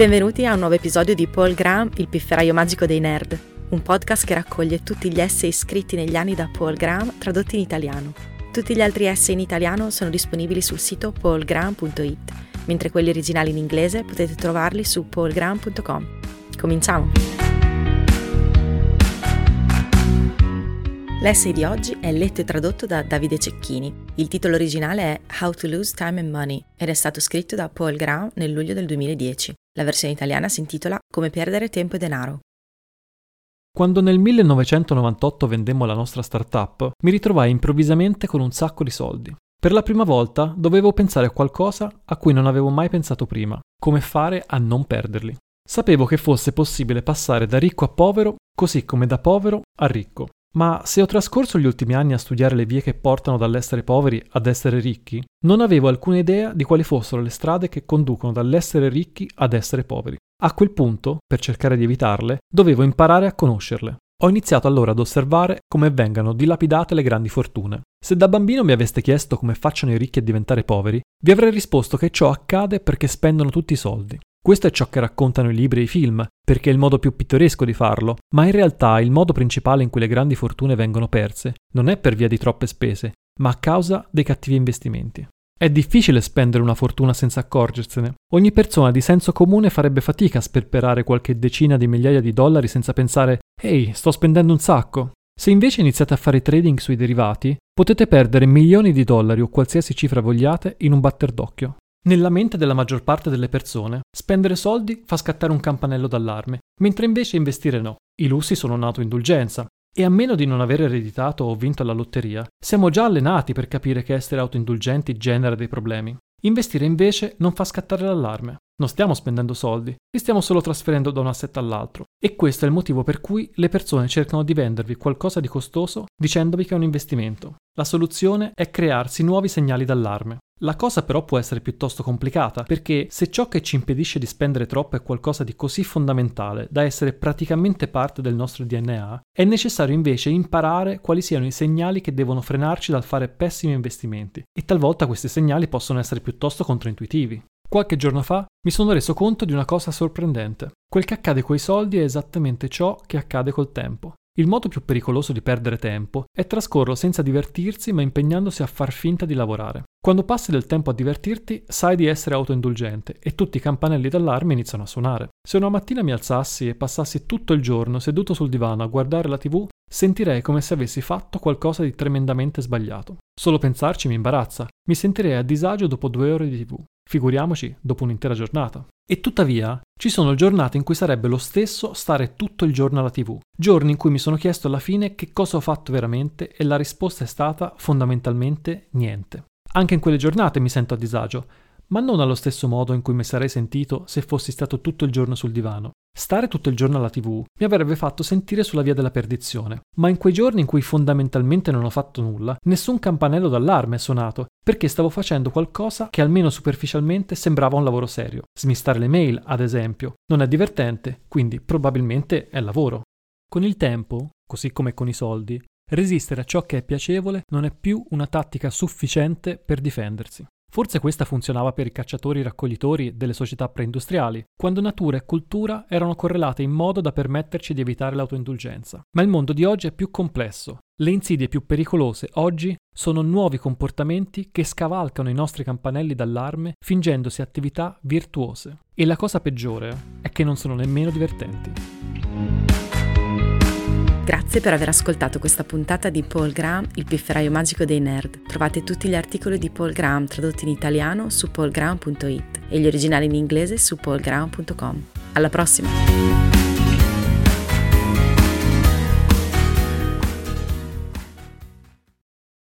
Benvenuti a un nuovo episodio di Paul Graham, il pifferaio magico dei nerd, un podcast che raccoglie tutti gli essay scritti negli anni da Paul Graham tradotti in italiano. Tutti gli altri essay in italiano sono disponibili sul sito paulgraham.it, mentre quelli originali in inglese potete trovarli su paulgraham.com. Cominciamo! L'essay di oggi è letto e tradotto da Davide Cecchini. Il titolo originale è How to Lose Time and Money ed è stato scritto da Paul Graham nel luglio del 2010. La versione italiana si intitola Come perdere tempo e denaro. Quando nel 1998 vendemmo la nostra startup, mi ritrovai improvvisamente con un sacco di soldi. Per la prima volta dovevo pensare a qualcosa a cui non avevo mai pensato prima, come fare a non perderli. Sapevo che fosse possibile passare da ricco a povero, così come da povero a ricco. Ma se ho trascorso gli ultimi anni a studiare le vie che portano dall'essere poveri ad essere ricchi, non avevo alcuna idea di quali fossero le strade che conducono dall'essere ricchi ad essere poveri. A quel punto, per cercare di evitarle, dovevo imparare a conoscerle. Ho iniziato allora ad osservare come vengano dilapidate le grandi fortune. Se da bambino mi aveste chiesto come facciano i ricchi a diventare poveri, vi avrei risposto che ciò accade perché spendono tutti i soldi. Questo è ciò che raccontano i libri e i film, perché è il modo più pittoresco di farlo, ma in realtà il modo principale in cui le grandi fortune vengono perse non è per via di troppe spese, ma a causa dei cattivi investimenti. È difficile spendere una fortuna senza accorgersene. Ogni persona di senso comune farebbe fatica a sperperare qualche decina di migliaia di dollari senza pensare «Ehi, sto spendendo un sacco!». Se invece iniziate a fare trading sui derivati, potete perdere milioni di dollari o qualsiasi cifra vogliate in un batter d'occhio. Nella mente della maggior parte delle persone, spendere soldi fa scattare un campanello d'allarme, mentre invece investire no. I lussi sono un'autoindulgenza, e a meno di non aver ereditato o vinto alla lotteria, siamo già allenati per capire che essere autoindulgenti genera dei problemi. Investire invece non fa scattare l'allarme. Non stiamo spendendo soldi, li stiamo solo trasferendo da un asset all'altro. E questo è il motivo per cui le persone cercano di vendervi qualcosa di costoso dicendovi che è un investimento. La soluzione è crearsi nuovi segnali d'allarme. La cosa però può essere piuttosto complicata, perché se ciò che ci impedisce di spendere troppo è qualcosa di così fondamentale da essere praticamente parte del nostro DNA, è necessario invece imparare quali siano i segnali che devono frenarci dal fare pessimi investimenti, e talvolta questi segnali possono essere piuttosto controintuitivi. Qualche giorno fa mi sono reso conto di una cosa sorprendente. Quel che accade coi soldi è esattamente ciò che accade col tempo. Il modo più pericoloso di perdere tempo è trascorrerlo senza divertirsi ma impegnandosi a far finta di lavorare. Quando passi del tempo a divertirti, sai di essere autoindulgente e tutti i campanelli d'allarme iniziano a suonare. Se una mattina mi alzassi e passassi tutto il giorno seduto sul divano a guardare la TV, sentirei come se avessi fatto qualcosa di tremendamente sbagliato. Solo pensarci mi imbarazza. Mi sentirei a disagio dopo 2 ore di TV. Figuriamoci dopo un'intera giornata. E tuttavia, ci sono giornate in cui sarebbe lo stesso stare tutto il giorno alla TV. Giorni in cui mi sono chiesto alla fine che cosa ho fatto veramente e la risposta è stata fondamentalmente niente. Anche in quelle giornate mi sento a disagio, ma non allo stesso modo in cui mi sarei sentito se fossi stato tutto il giorno sul divano. Stare tutto il giorno alla TV mi avrebbe fatto sentire sulla via della perdizione, ma in quei giorni in cui fondamentalmente non ho fatto nulla, nessun campanello d'allarme è suonato, perché stavo facendo qualcosa che almeno superficialmente sembrava un lavoro serio. Smistare le mail, ad esempio, non è divertente, quindi probabilmente è lavoro. Con il tempo, così come con i soldi, resistere a ciò che è piacevole non è più una tattica sufficiente per difendersi. Forse questa funzionava per i cacciatori-raccoglitori delle società preindustriali, quando natura e cultura erano correlate in modo da permetterci di evitare l'autoindulgenza. Ma il mondo di oggi è più complesso. Le insidie più pericolose oggi sono nuovi comportamenti che scavalcano i nostri campanelli d'allarme fingendosi attività virtuose. E la cosa peggiore è che non sono nemmeno divertenti. Grazie per aver ascoltato questa puntata di Paul Graham, il pifferaio magico dei nerd. Trovate tutti gli articoli di Paul Graham tradotti in italiano su paulgraham.it e gli originali in inglese su paulgraham.com. Alla prossima!